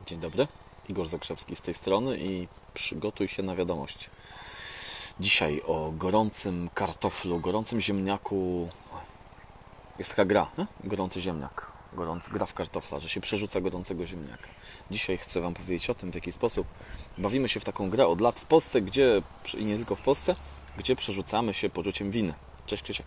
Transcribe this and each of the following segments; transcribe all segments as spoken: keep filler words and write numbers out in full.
Dzień dobry, Igor Zakrzewski z tej strony i przygotuj się na wiadomość. Dzisiaj o gorącym kartoflu, gorącym ziemniaku. Jest taka gra, nie? Gorący ziemniak, gorący, gra w kartofla, że się przerzuca gorącego ziemniaka. Dzisiaj chcę Wam powiedzieć o tym, w jaki sposób bawimy się w taką grę od lat w Polsce, gdzie, i nie tylko w Polsce, gdzie przerzucamy się poczuciem winy. Cześć Krzysiek.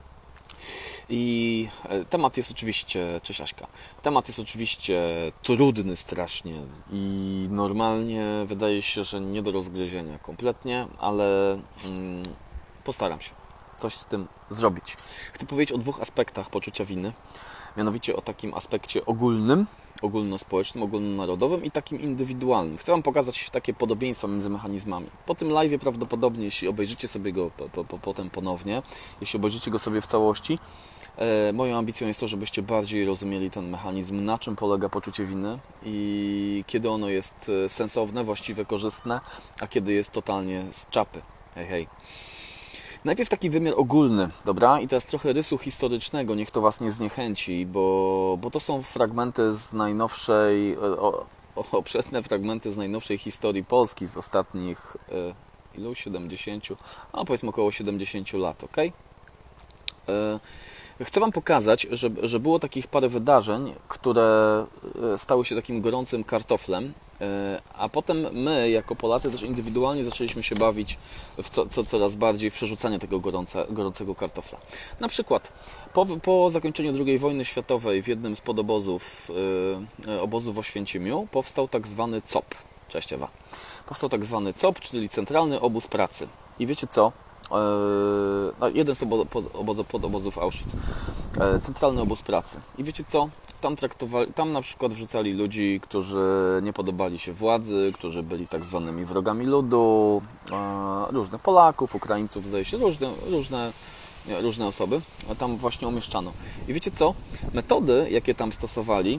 I temat jest oczywiście, cześć Aśka, temat jest oczywiście trudny strasznie i normalnie wydaje się, że nie do rozgryzienia kompletnie, ale mm, postaram się coś z tym zrobić. Chcę powiedzieć o dwóch aspektach poczucia winy, mianowicie o takim aspekcie ogólnym, ogólnospołecznym, ogólnonarodowym i takim indywidualnym. Chcę Wam pokazać takie podobieństwa między mechanizmami. Po tym live'ie prawdopodobnie, jeśli obejrzycie sobie go po, po, po, potem ponownie, jeśli obejrzycie go sobie w całości, e, moją ambicją jest to, żebyście bardziej rozumieli ten mechanizm, na czym polega poczucie winy i kiedy ono jest sensowne, właściwe, korzystne, a kiedy jest totalnie z czapy. Hej, hej. Najpierw taki wymiar ogólny, dobra? I teraz trochę rysu historycznego, niech to Was nie zniechęci, bo, bo to są fragmenty z najnowszej, o, o, obszerne fragmenty z najnowszej historii Polski z ostatnich, e, ilu? siedemdziesięciu, a powiedzmy około siedemdziesięciu lat, ok? E, Chcę Wam pokazać, że, że było takich parę wydarzeń, które stały się takim gorącym kartoflem, a potem my, jako Polacy, też indywidualnie zaczęliśmy się bawić w co, co coraz bardziej w przerzucanie tego gorące, gorącego kartofla. Na przykład po, po zakończeniu drugiej wojny światowej w jednym z podobozów, yy, obozów w Oświęcimiu, powstał tak zwany C O P. Cześć Ewa. Powstał tak zwany C O P, czyli Centralny Obóz Pracy. I wiecie co? No, jeden z podobozów Auschwitz, Centralny Obóz Pracy. I wiecie co? Tam, traktowali, tam na przykład wrzucali ludzi, którzy nie podobali się władzy, którzy byli tak zwanymi wrogami ludu, różnych Polaków, Ukraińców, zdaje się, różne, różne, różne osoby tam właśnie umieszczano. I wiecie co? Metody, jakie tam stosowali,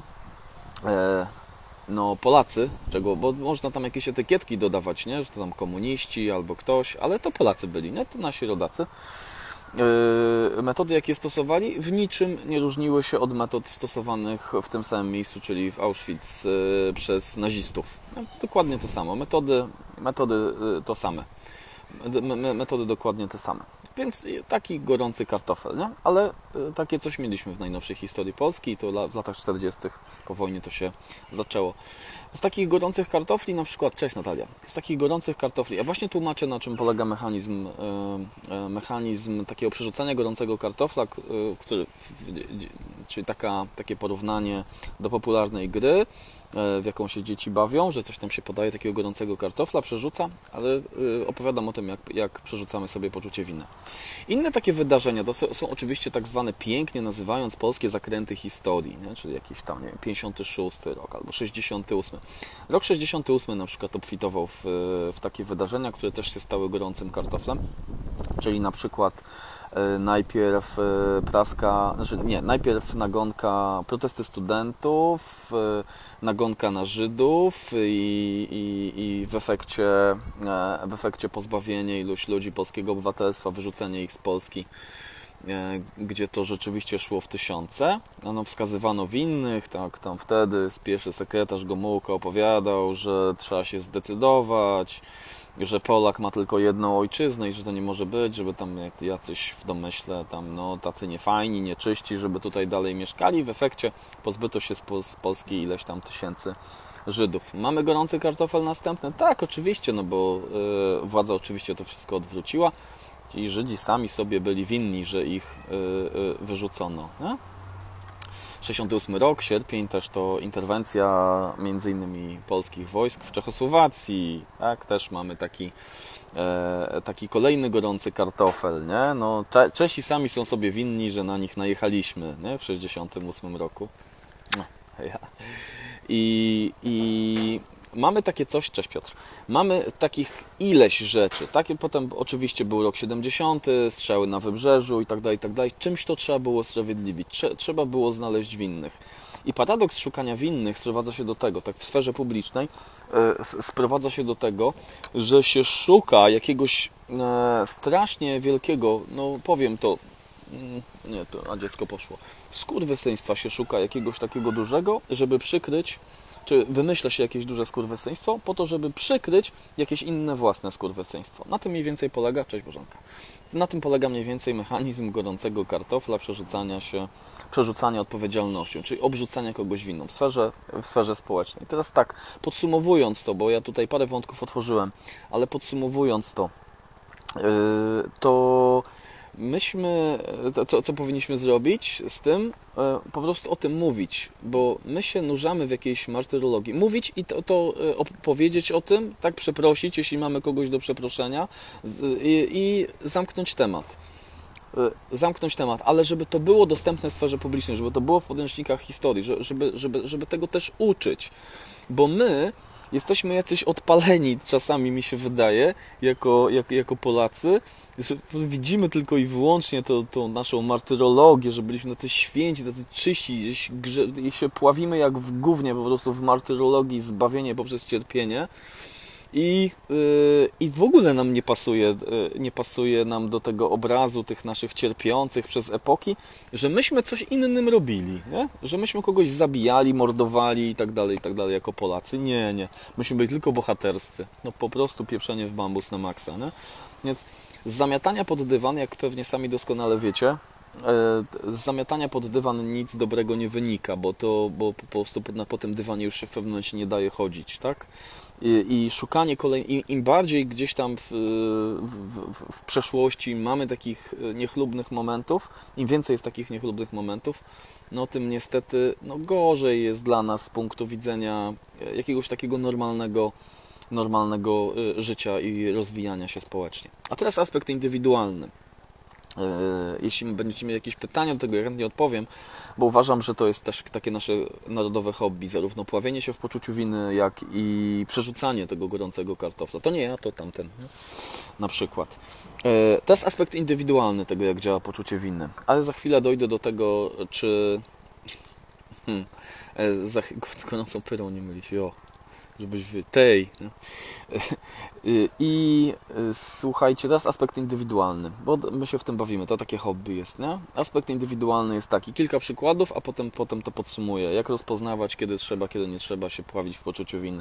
no Polacy, czego, bo można tam jakieś etykietki dodawać, nie, że to tam komuniści albo ktoś, ale to Polacy byli, nie, to nasi rodacy. Yy, metody, jakie stosowali, w niczym nie różniły się od metod stosowanych w tym samym miejscu, czyli w Auschwitz yy, przez nazistów. No, dokładnie to samo, metody, metody yy, to same, metody dokładnie te same. Więc taki gorący kartofel, nie? Ale takie coś mieliśmy w najnowszej historii Polski i to w latach czterdziestych po wojnie to się zaczęło. Z takich gorących kartofli na przykład, cześć Natalia, z takich gorących kartofli, ja właśnie tłumaczę, na czym polega mechanizm, mechanizm takiego przerzucania gorącego kartofla, który, czyli taka, takie porównanie do popularnej gry, w jaką się dzieci bawią, że coś tam się podaje takiego gorącego kartofla, przerzuca, ale opowiadam o tym, jak, jak przerzucamy sobie poczucie winy. Inne takie wydarzenia to są, są oczywiście tak zwane, pięknie nazywając, polskie zakręty historii, nie? Czyli jakiś tam, nie wiem, pięćdziesiąty szósty rok albo sześćdziesiąty ósmy. Rok sześćdziesiąty ósmy na przykład obfitował w, w takie wydarzenia, które też się stały gorącym kartoflem, czyli na przykład najpierw praska, znaczy nie, najpierw nagonka, protesty studentów, nagonka na Żydów i, i, i w efekcie, w efekcie pozbawienie iluś ludzi polskiego obywatelstwa, wyrzucenie ich z Polski, gdzie to rzeczywiście szło w tysiące. No, wskazywano winnych, tak, tam wtedy pierwszy sekretarz Gomułka opowiadał, że trzeba się zdecydować, że Polak ma tylko jedną ojczyznę i że to nie może być, żeby tam jacyś w domyśle tam, no, tacy niefajni, nieczyści, żeby tutaj dalej mieszkali. W efekcie pozbyto się z, Pol z Polski ileś tam tysięcy Żydów. Mamy gorący kartofel następny? Tak, oczywiście, no bo yy, władza oczywiście to wszystko odwróciła i Żydzi sami sobie byli winni, że ich yy, yy, wyrzucono. Nie? sześćdziesiąty ósmy rok, sierpień, też to interwencja między innymi polskich wojsk w Czechosłowacji, tak, też mamy taki, e, taki kolejny gorący kartofel, nie? No, Cze Czesi sami są sobie winni, że na nich najechaliśmy, nie? W sześćdziesiątym ósmym roku. No, ja. I, i mamy takie coś, cześć Piotr, mamy takich ileś rzeczy, takie potem oczywiście był rok siedemdziesiąty, strzały na Wybrzeżu i tak dalej, i tak dalej. Czymś to trzeba było usprawiedliwić, Trze trzeba było znaleźć winnych. I paradoks szukania winnych sprowadza się do tego, tak w sferze publicznej, yy, sprowadza się do tego, że się szuka jakiegoś yy, strasznie wielkiego, no powiem to, yy, nie, to a dziecko poszło, skurwysyństwa się szuka jakiegoś takiego dużego, żeby przykryć czy wymyśla się jakieś duże skurwysyństwo po to, żeby przykryć jakieś inne własne skurwysyństwo. Na tym mniej więcej polega, cześć Bożenka, na tym polega mniej więcej mechanizm gorącego kartofla, przerzucania się, przerzucania odpowiedzialnością, czyli obrzucania kogoś winą w sferze, w sferze społecznej. Teraz tak, podsumowując to, bo ja tutaj parę wątków otworzyłem, ale podsumowując to, yy, to myśmy, to, co, co powinniśmy zrobić z tym, po prostu o tym mówić, bo my się nurzamy w jakiejś martyrologii. Mówić i to, to powiedzieć o tym, tak, przeprosić, jeśli mamy kogoś do przeproszenia i, i zamknąć temat. Zamknąć temat, ale żeby to było dostępne w sferze publicznej, żeby to było w podręcznikach historii, żeby, żeby, żeby tego też uczyć, bo my jesteśmy jacyś odpaleni, czasami mi się wydaje, jako, jako, jako Polacy, że widzimy tylko i wyłącznie tą, tą naszą martyrologię, że byliśmy tacy święci, tacy czyści, gdzieś grze, i się pławimy jak w gównie po prostu w martyrologii, zbawienie poprzez cierpienie. I, yy, I w ogóle nam nie pasuje, yy, nie pasuje nam do tego obrazu tych naszych cierpiących przez epoki, że myśmy coś innym robili, nie? Że myśmy kogoś zabijali, mordowali i tak dalej, i tak dalej jako Polacy. Nie, nie. Myśmy byli tylko bohaterscy. No po prostu pieprzenie w bambus na maksa, nie? Więc z zamiatania pod dywan, jak pewnie sami doskonale wiecie, z zamiatania pod dywan nic dobrego nie wynika, bo to, bo po prostu na po tym dywanie już się w pewnym momencie nie daje chodzić, tak? I, i szukanie kolej, im bardziej gdzieś tam w, w, w przeszłości mamy takich niechlubnych momentów, im więcej jest takich niechlubnych momentów, no tym niestety no gorzej jest dla nas z punktu widzenia jakiegoś takiego normalnego normalnego życia i rozwijania się społecznie. A teraz aspekt indywidualny. Jeśli będziecie mieli jakieś pytania do tego, ja chętnie odpowiem, bo uważam, że to jest też takie nasze narodowe hobby, zarówno pławienie się w poczuciu winy, jak i przerzucanie tego gorącego kartofla. To nie ja, to tamten, nie? Na przykład. To jest aspekt indywidualny tego, jak działa poczucie winy, ale za chwilę dojdę do tego, czy... Hmm, za... z gorącą pyrą nie mylić, jo. Żebyś wy... tej. I słuchajcie, teraz aspekt indywidualny, bo my się w tym bawimy, to takie hobby jest, nie? Aspekt indywidualny jest taki, kilka przykładów, a potem, potem to podsumuję. Jak rozpoznawać, kiedy trzeba, kiedy nie trzeba się pławić w poczuciu winy.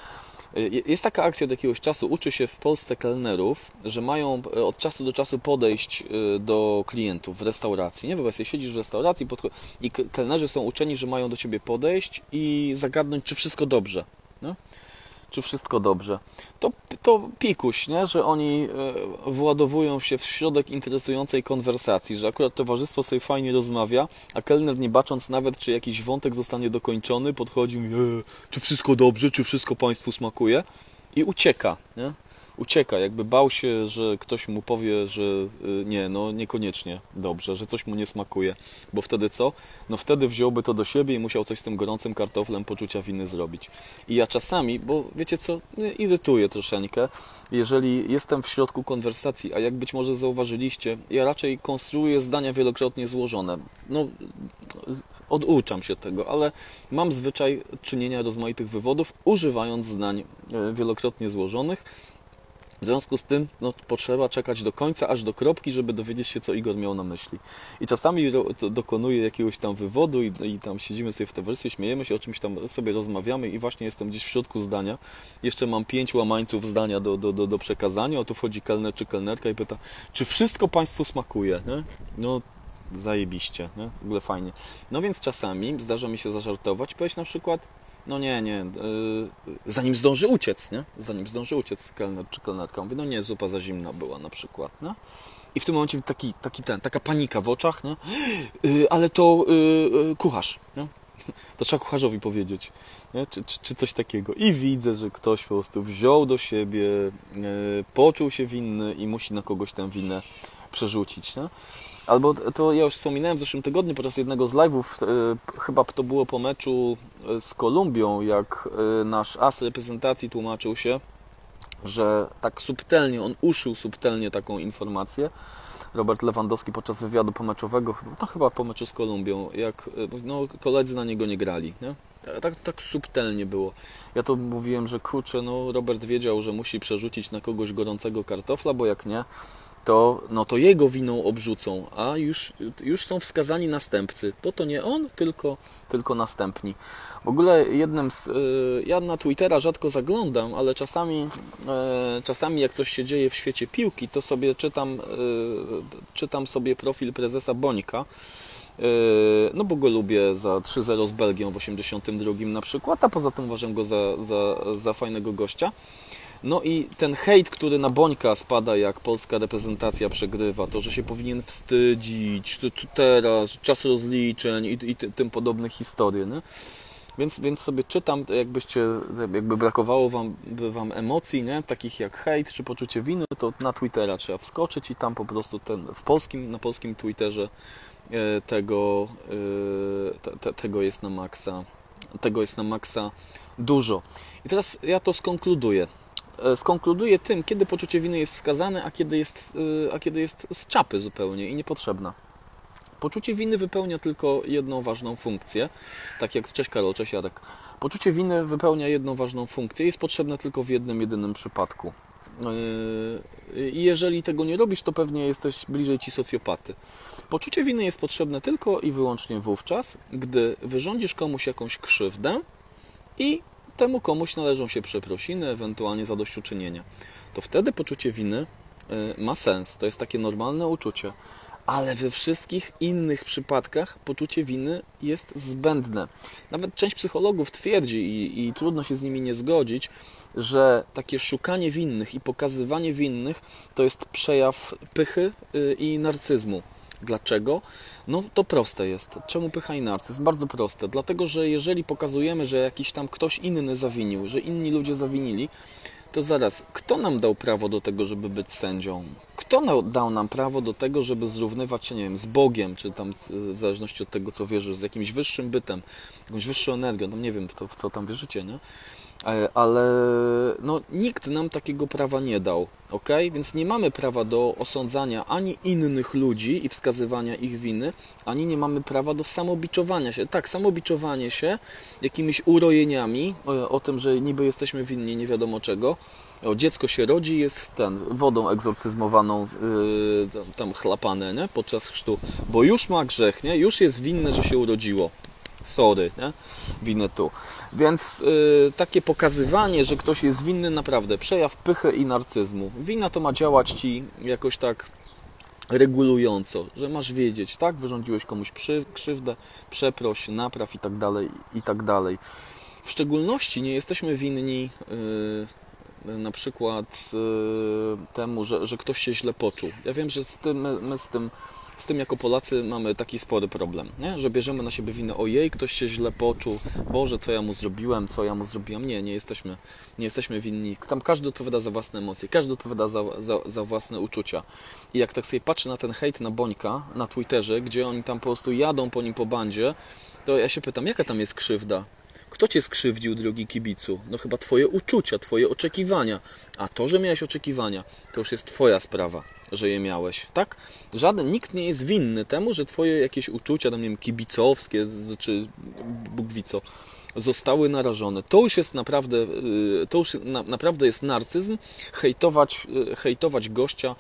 Jest taka akcja od jakiegoś czasu, uczy się w Polsce kelnerów, że mają od czasu do czasu podejść do klientów w restauracji. Nie, wyobraź sobie, siedzisz w restauracji i kelnerzy są uczeni, że mają do ciebie podejść i zagadnąć, czy wszystko dobrze. No? Czy wszystko dobrze. To, to pikuś, nie? Że oni władowują się w środek interesującej konwersacji, że akurat towarzystwo sobie fajnie rozmawia, a kelner, nie bacząc nawet, czy jakiś wątek zostanie dokończony, podchodzi i mówi, e, czy wszystko dobrze, czy wszystko Państwu smakuje, i ucieka, nie? Ucieka, jakby bał się, że ktoś mu powie, że nie, no niekoniecznie dobrze, że coś mu nie smakuje, bo wtedy co? No wtedy wziąłby to do siebie i musiał coś z tym gorącym kartoflem poczucia winy zrobić. I ja czasami, bo wiecie co, irytuje troszeczkę, jeżeli jestem w środku konwersacji, a jak być może zauważyliście, ja raczej konstruuję zdania wielokrotnie złożone. No, oduczam się tego, ale mam zwyczaj czynienia rozmaitych wywodów, używając zdań wielokrotnie złożonych. W związku z tym no, potrzeba czekać do końca, aż do kropki, żeby dowiedzieć się, co Igor miał na myśli. I czasami dokonuję jakiegoś tam wywodu i, i tam siedzimy sobie w towarzystwie, śmiejemy się, o czymś tam sobie rozmawiamy i właśnie jestem gdzieś w środku zdania. Jeszcze mam pięć łamańców zdania do, do, do, do przekazania. O tu wchodzi kelner czy kelnerka i pyta, czy wszystko Państwu smakuje? Nie? No, zajebiście, nie? W ogóle fajnie. No więc czasami zdarza mi się zażartować, powiedzieć na przykład, no nie, nie, yy, zanim zdąży uciec, nie? Zanim zdąży uciec kelner czy kelnerka. Mówię, no nie, zupa za zimna była na przykład, nie? I w tym momencie taki, taki ten, taka panika w oczach, nie? Yy, ale to yy, kucharz, nie? To trzeba kucharzowi powiedzieć, nie? Czy, czy, czy coś takiego. I widzę, że ktoś po prostu wziął do siebie, yy, poczuł się winny i musi na kogoś tę winę przerzucić, nie? Albo to ja już wspominałem w zeszłym tygodniu podczas jednego z live'ów, yy, chyba to było po meczu z Kolumbią, jak yy, nasz as reprezentacji tłumaczył się, że tak subtelnie, on uszył subtelnie taką informację, Robert Lewandowski podczas wywiadu pomeczowego, no chyba po meczu z Kolumbią, jak no, koledzy na niego nie grali, nie? Tak, tak subtelnie było. Ja to mówiłem, że kurczę, no Robert wiedział, że musi przerzucić na kogoś gorącego kartofla, bo jak nie, to, no to jego winą obrzucą, a już, już są wskazani następcy. Bo to nie on, tylko, tylko następni. W ogóle jednym z... Ja na Twittera rzadko zaglądam, ale czasami, czasami jak coś się dzieje w świecie piłki, to sobie czytam, czytam sobie profil prezesa Bońka. No bo go lubię za trzy zero z Belgią w osiemdziesiątym drugim na przykład, a poza tym uważam go za, za, za fajnego gościa. No i ten hejt, który na Bońka spada, jak polska reprezentacja przegrywa, to, że się powinien wstydzić, że tu teraz, czas rozliczeń i, i tym podobnych historii, nie? Więc, więc sobie czytam, jakbyście, jakby brakowało wam, by wam emocji, nie? Takich jak hejt czy poczucie winy, to na Twittera trzeba wskoczyć i tam po prostu ten, w polskim, na polskim Twitterze tego, te, te, tego jest na maksa, tego jest na maksa dużo. I teraz ja to skonkluduję. Skonkluduję tym, kiedy poczucie winy jest wskazane, a kiedy jest, a kiedy jest z czapy zupełnie i niepotrzebna. Poczucie winy wypełnia tylko jedną ważną funkcję, tak jak, cześć Karol, cześć Jarek. Poczucie winy wypełnia jedną ważną funkcję, jest potrzebne tylko w jednym, jedynym przypadku. I jeżeli tego nie robisz, to pewnie jesteś bliżej ci socjopaty. Poczucie winy jest potrzebne tylko i wyłącznie wówczas, gdy wyrządzisz komuś jakąś krzywdę i temu komuś należą się przeprosiny, ewentualnie zadośćuczynienia. To wtedy poczucie winy ma sens. To jest takie normalne uczucie. Ale we wszystkich innych przypadkach poczucie winy jest zbędne. Nawet część psychologów twierdzi, i, i trudno się z nimi nie zgodzić, że takie szukanie winnych i pokazywanie winnych to jest przejaw pychy i narcyzmu. Dlaczego? No to proste jest. Czemu pycha i narcyzm? Bardzo proste. Dlatego, że jeżeli pokazujemy, że jakiś tam ktoś inny zawinił, że inni ludzie zawinili, to zaraz, kto nam dał prawo do tego, żeby być sędzią? Kto dał nam prawo do tego, żeby zrównywać się, nie wiem, z Bogiem, czy tam w zależności od tego, co wierzysz, z jakimś wyższym bytem, jakąś wyższą energią, tam nie wiem, w, to, w co tam wierzycie, nie? Ale no, nikt nam takiego prawa nie dał, ok? Więc nie mamy prawa do osądzania ani innych ludzi i wskazywania ich winy, ani nie mamy prawa do samobiczowania się. Tak, samobiczowanie się jakimiś urojeniami o, o tym, że niby jesteśmy winni nie wiadomo czego. O, dziecko się rodzi, jest ten, wodą egzorcyzmowaną, yy, tam, tam chlapane, nie? Podczas chrztu, bo już ma grzech, nie? Już jest winne, że się urodziło. Sorry, nie? Winę tu. Więc yy, takie pokazywanie, że ktoś jest winny, naprawdę przejaw pychy i narcyzmu. Wina to ma działać ci jakoś tak regulująco, że masz wiedzieć, tak? Wyrządziłeś komuś przy, krzywdę, przeproś, napraw i tak dalej, i tak dalej. W szczególności nie jesteśmy winni yy, na przykład yy, temu, że, że ktoś się źle poczuł. Ja wiem, że z tym, my, my z tym Z tym jako Polacy mamy taki spory problem, nie? Że bierzemy na siebie winę, ojej, ktoś się źle poczuł, Boże, co ja mu zrobiłem, co ja mu zrobiłam. Nie, nie jesteśmy, nie jesteśmy winni. Tam każdy odpowiada za własne emocje, każdy odpowiada za, za, za własne uczucia. I jak tak sobie patrzę na ten hejt na Bońka, na Twitterze, gdzie oni tam po prostu jadą po nim po bandzie, to ja się pytam, jaka tam jest krzywda? Kto cię skrzywdził, drogi kibicu? No chyba twoje uczucia, twoje oczekiwania. A to, że miałeś oczekiwania, to już jest twoja sprawa, że je miałeś, tak? Żaden, nikt nie jest winny temu, że twoje jakieś uczucia, tam nie wiem, kibicowskie, czy Bóg wie co, zostały narażone. To już jest naprawdę, to już na, naprawdę jest narcyzm, hejtować, hejtować gościa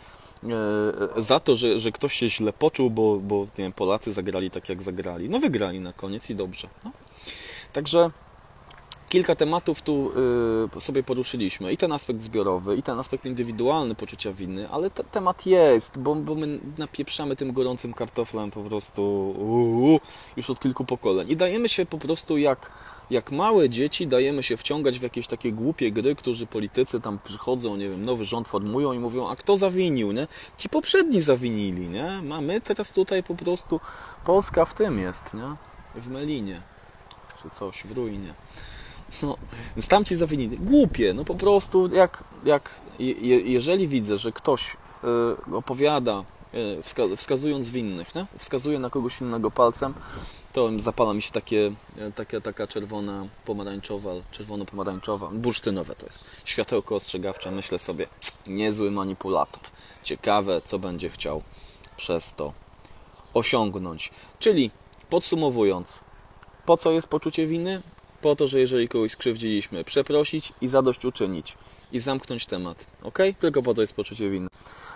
za to, że, że ktoś się źle poczuł, bo, bo nie wiem, Polacy zagrali tak, jak zagrali. No wygrali na koniec i dobrze. No. Także kilka tematów tu y, sobie poruszyliśmy. I ten aspekt zbiorowy, i ten aspekt indywidualny poczucia winy, ale ten temat jest, bo, bo my napieprzamy tym gorącym kartoflem po prostu uh, już od kilku pokoleń. I dajemy się po prostu jak, jak małe dzieci, dajemy się wciągać w jakieś takie głupie gry, którzy politycy tam przychodzą, nie wiem, nowy rząd formują i mówią, a kto zawinił, nie? Ci poprzedni zawinili, nie? A my teraz tutaj po prostu, Polska w tym jest, nie? W Melinie. Czy coś, w ruinie. No, więc tamci zawinili. Głupie, no po prostu jak, jak je, jeżeli widzę, że ktoś y, opowiada, y, wska, wskazując winnych, nie? Wskazuje na kogoś innego palcem, to zapala mi się takie, takie, taka czerwona, pomarańczowa, czerwono-pomarańczowa, bursztynowe to jest, światełko ostrzegawcze. Myślę sobie, niezły manipulator. Ciekawe, co będzie chciał przez to osiągnąć. Czyli podsumowując, po co jest poczucie winy? Po to, że jeżeli kogoś skrzywdziliśmy, przeprosić i zadośćuczynić. I zamknąć temat. Ok? Tylko po to jest poczucie winy.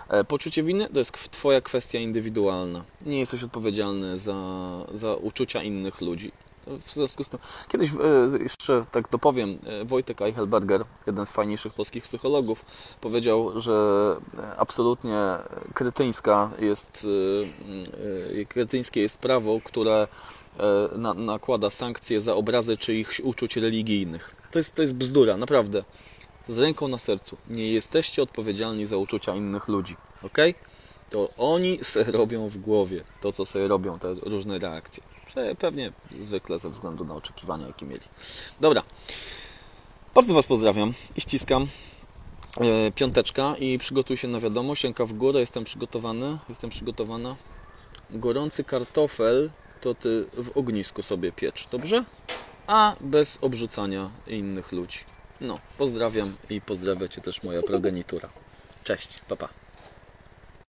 Poczucie winy to jest Twoja kwestia indywidualna. Nie jesteś odpowiedzialny za, za uczucia innych ludzi. W związku z tym, kiedyś jeszcze tak dopowiem, Wojtek Eichelberger, jeden z fajniejszych polskich psychologów, powiedział, że absolutnie kretyńska jest, kretyńskie jest prawo, które na, nakłada sankcje za obrazy czyichś uczuć religijnych. To jest, to jest bzdura, naprawdę. Z ręką na sercu. Nie jesteście odpowiedzialni za uczucia innych ludzi. Ok? To oni sobie robią w głowie to, co sobie robią, te różne reakcje. Pewnie zwykle ze względu na oczekiwania, jakie mieli. Dobra. Bardzo Was pozdrawiam i ściskam. Piąteczka i przygotuj się na wiadomość. Ręka w górę. Jestem przygotowany. Jestem przygotowana. Gorący kartofel to Ty w ognisku sobie piecz. Dobrze? A bez obrzucania innych ludzi. No, pozdrawiam i pozdrawia Cię też moja progenitura. Cześć, pa pa.